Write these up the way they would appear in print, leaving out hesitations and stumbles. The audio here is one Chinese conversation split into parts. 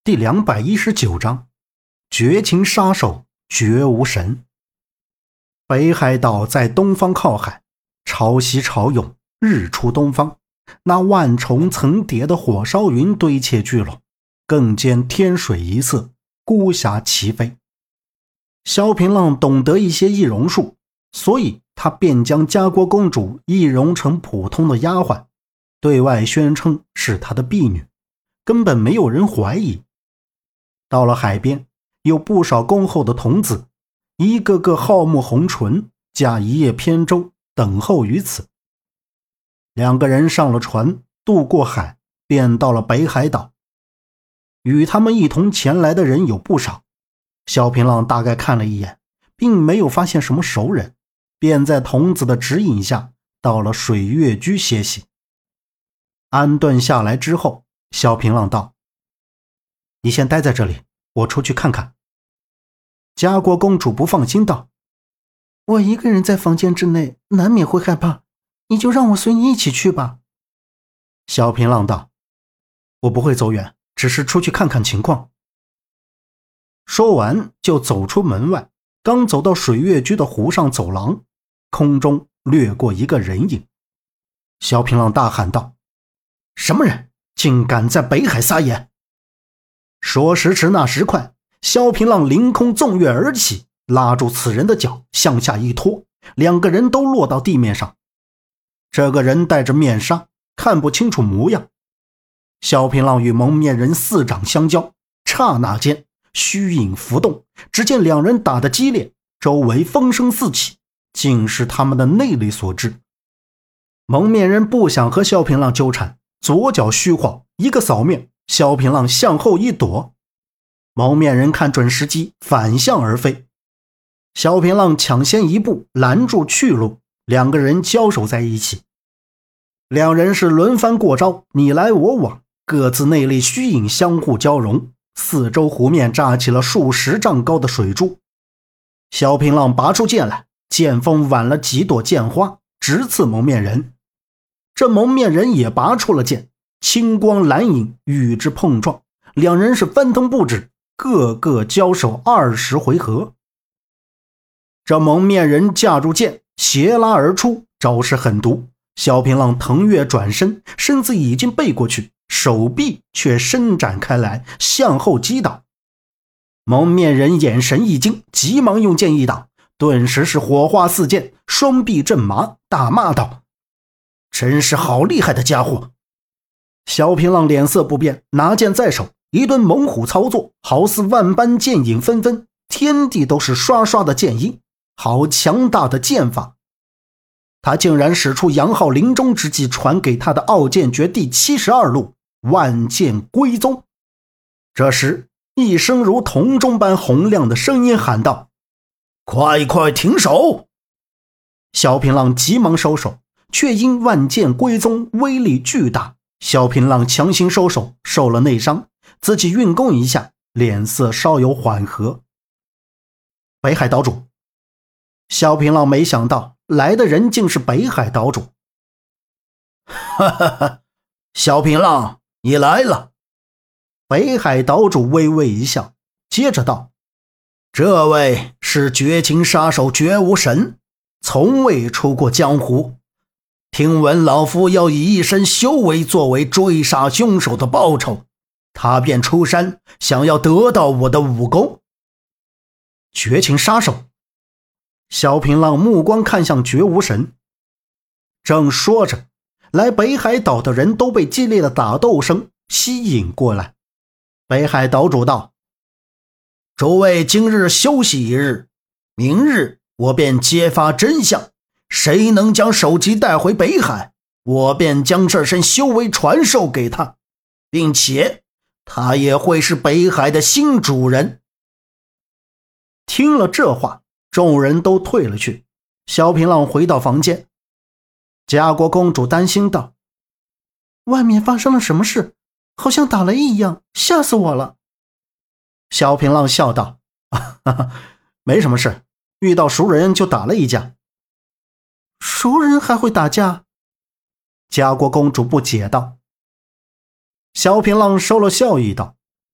第219章绝情杀手绝无神。北海道在东方靠海，潮汐潮涌，日出东方，那万重层叠的火烧云堆砌聚拢，更见天水一色，孤霞齐飞。萧平浪懂得一些易容术，所以他便将家国公主易容成普通的丫鬟，对外宣称是他的婢女，根本没有人怀疑。到了海边，有不少恭候的童子，一个个皓目红唇，驾一叶扁舟，等候于此。两个人上了船，渡过海，便到了北海岛。与他们一同前来的人有不少，萧平浪大概看了一眼，并没有发现什么熟人，便在童子的指引下到了水月居歇息。安顿下来之后，萧平浪道：你先待在这里，我出去看看。家国公主不放心道： 我一个人在房间之内难免会害怕，你就让我随你一起去吧。 萧平浪道：我不会走远，只是出去看看情况。说完就走出门外，刚走到水月居的湖上走廊，空中掠过一个人影。萧平浪大喊道：什么人竟敢在北海撒野？说时迟那时快，萧平浪凌空纵跃而起，拉住此人的脚向下一拖，两个人都落到地面上。这个人戴着面纱，看不清楚模样。萧平浪与蒙面人四掌相交，刹那间虚影浮动，只见两人打得激烈，周围风声四起，竟是他们的内力所致。蒙面人不想和萧平浪纠缠，左脚虚晃，一个扫面，萧平浪向后一躲，蒙面人看准时机反向而飞。萧平浪抢先一步拦住去路，两个人交手在一起。两人是轮番过招，你来我往，各自内力虚影相互交融，四周湖面炸起了数十丈高的水珠。萧平浪拔出剑来，剑锋挽了几朵剑花，直刺蒙面人。这蒙面人也拔出了剑，青光蓝影与之碰撞，两人是翻腾不止，各个交手20回合。这蒙面人架住剑，斜拉而出，招式狠毒。萧平浪腾跃转身，身子已经背过去，手臂却伸展开来，向后击倒。蒙面人眼神一惊，急忙用剑一挡，顿时是火花四溅，双臂震麻，大骂道：真是好厉害的家伙！萧平浪脸色不变，拿剑在手，一顿猛虎操作，好似万般剑影纷纷，天地都是刷刷的剑音，好强大的剑法！他竟然使出杨浩临终之际传给他的傲剑诀第72路万剑归宗。这时一声如铜钟般洪亮的声音喊道：快快停手！萧平浪急忙收手，却因万剑归宗威力巨大，萧平浪强行收手，受了内伤，自己运功一下，脸色稍有缓和。北海岛主。萧平浪没想到来的人竟是北海岛主。哈哈哈，萧平浪，你来了。北海岛主微微一笑，接着道：这位是绝情杀手绝无神，从未出过江湖，听闻老夫要以一身修为作为追杀凶手的报酬，他便出山，想要得到我的武功。绝情杀手？萧平浪目光看向绝无神。正说着，来北海岛的人都被激烈的打斗声吸引过来。北海岛主道：诸位今日休息一日，明日我便揭发真相，谁能将首级带回北海，我便将这身修为传授给他，并且他也会是北海的新主人。听了这话，众人都退了去。萧平浪回到房间，家国公主担心道：外面发生了什么事？好像打雷一样，吓死我了。萧平浪笑道：没什么事，遇到熟人就打了一架。熟人还会打架？家国公主不解道。萧平浪收了笑意道：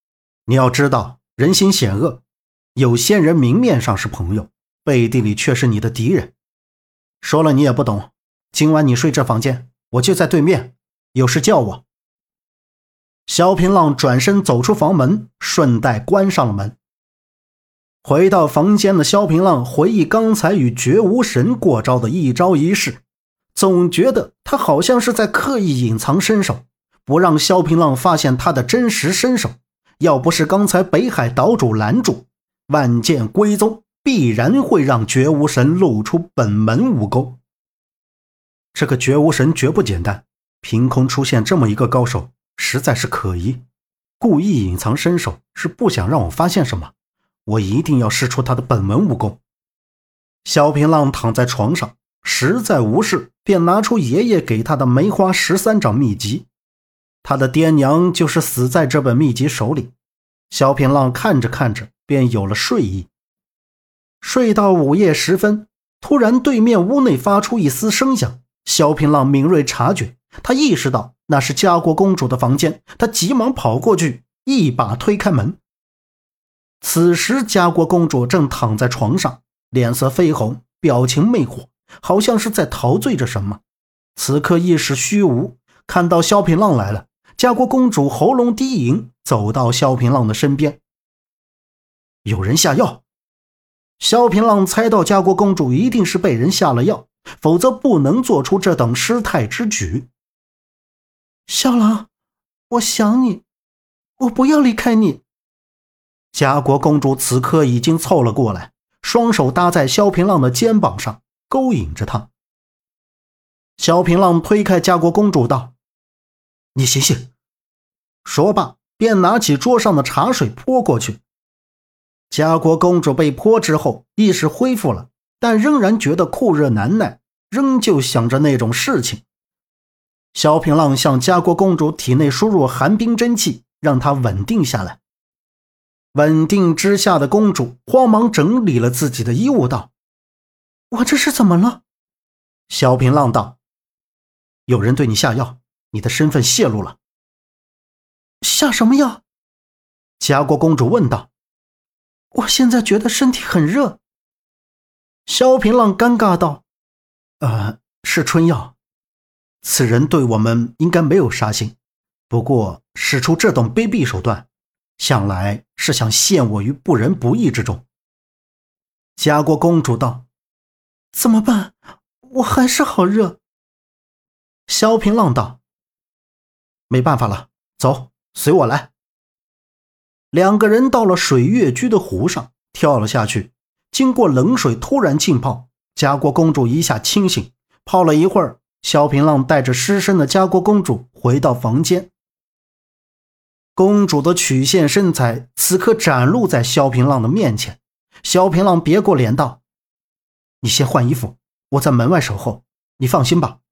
你要知道，人心险恶，有些人明面上是朋友，背地里却是你的敌人。说了你也不懂，今晚你睡这房间，我就在对面，有事叫我。萧平浪转身走出房门，顺带关上了门。回到房间的萧平浪回忆刚才与绝无神过招的一招一式，总觉得他好像是在刻意隐藏身手，不让萧平浪发现他的真实身手。要不是刚才北海岛主拦住，万剑归宗必然会让绝无神露出本门武功。这个绝无神绝不简单，凭空出现这么一个高手，实在是可疑。故意隐藏身手，是不想让我发现什么。我一定要试出他的本门武功。萧平浪躺在床上，实在无事，便拿出爷爷给他的梅花13掌秘籍。他的爹娘就是死在这本秘籍手里。萧平浪看着看着，便有了睡意。睡到午夜时分，突然对面屋内发出一丝声响。萧平浪敏锐察觉，他意识到那是家国公主的房间，他急忙跑过去，一把推开门。此时家国公主正躺在床上，脸色绯红，表情魅惑，好像是在陶醉着什么。此刻意识虚无，看到萧平浪来了，家国公主喉咙低吟，走到萧平浪的身边。有人下药。萧平浪猜到家国公主一定是被人下了药，否则不能做出这等失态之举。 小郎，我想你，我不要离开你。 家国公主此刻已经凑了过来，双手搭在萧平浪的肩膀上，勾引着他。萧平浪推开家国公主道：你醒醒。说罢便拿起桌上的茶水泼过去。家国公主被泼之后意识恢复了，但仍然觉得酷热难耐，仍旧想着那种事情。萧平浪向家国公主体内输入寒冰真气，让她稳定下来。稳定之下的公主慌忙整理了自己的衣物道： 我这是怎么了？ 萧平浪道：有人对你下药，你的身份泄露了。 下什么药？ 家国公主问道。 我现在觉得身体很热。 萧平浪尴尬道：是春药。此人对我们应该没有杀心，不过使出这种卑鄙手段，想来是想陷我于不仁不义之中。家国公主道： 怎么办？我还是好热。 萧平浪道：没办法了，走，随我来。两个人到了水月居的湖上，跳了下去。经过冷水突然浸泡，家国公主一下清醒。泡了一会儿，萧平浪带着失身的家国公主回到房间。公主的曲线身材此刻展露在萧平浪的面前。萧平浪别过脸道：你先换衣服，我在门外守候，你放心吧。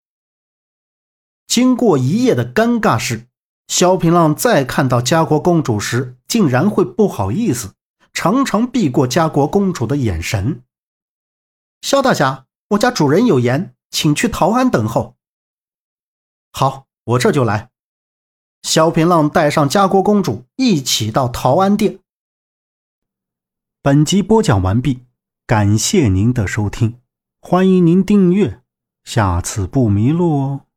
经过一夜的尴尬事，萧平浪再看到家国公主时，竟然会不好意思，常常避过家国公主的眼神。萧大侠，我家主人有言，请去陶庵等候。好，我这就来。萧平浪带上家国公主一起到陶庵殿。本集播讲完毕，感谢您的收听，欢迎您订阅，下次不迷路哦。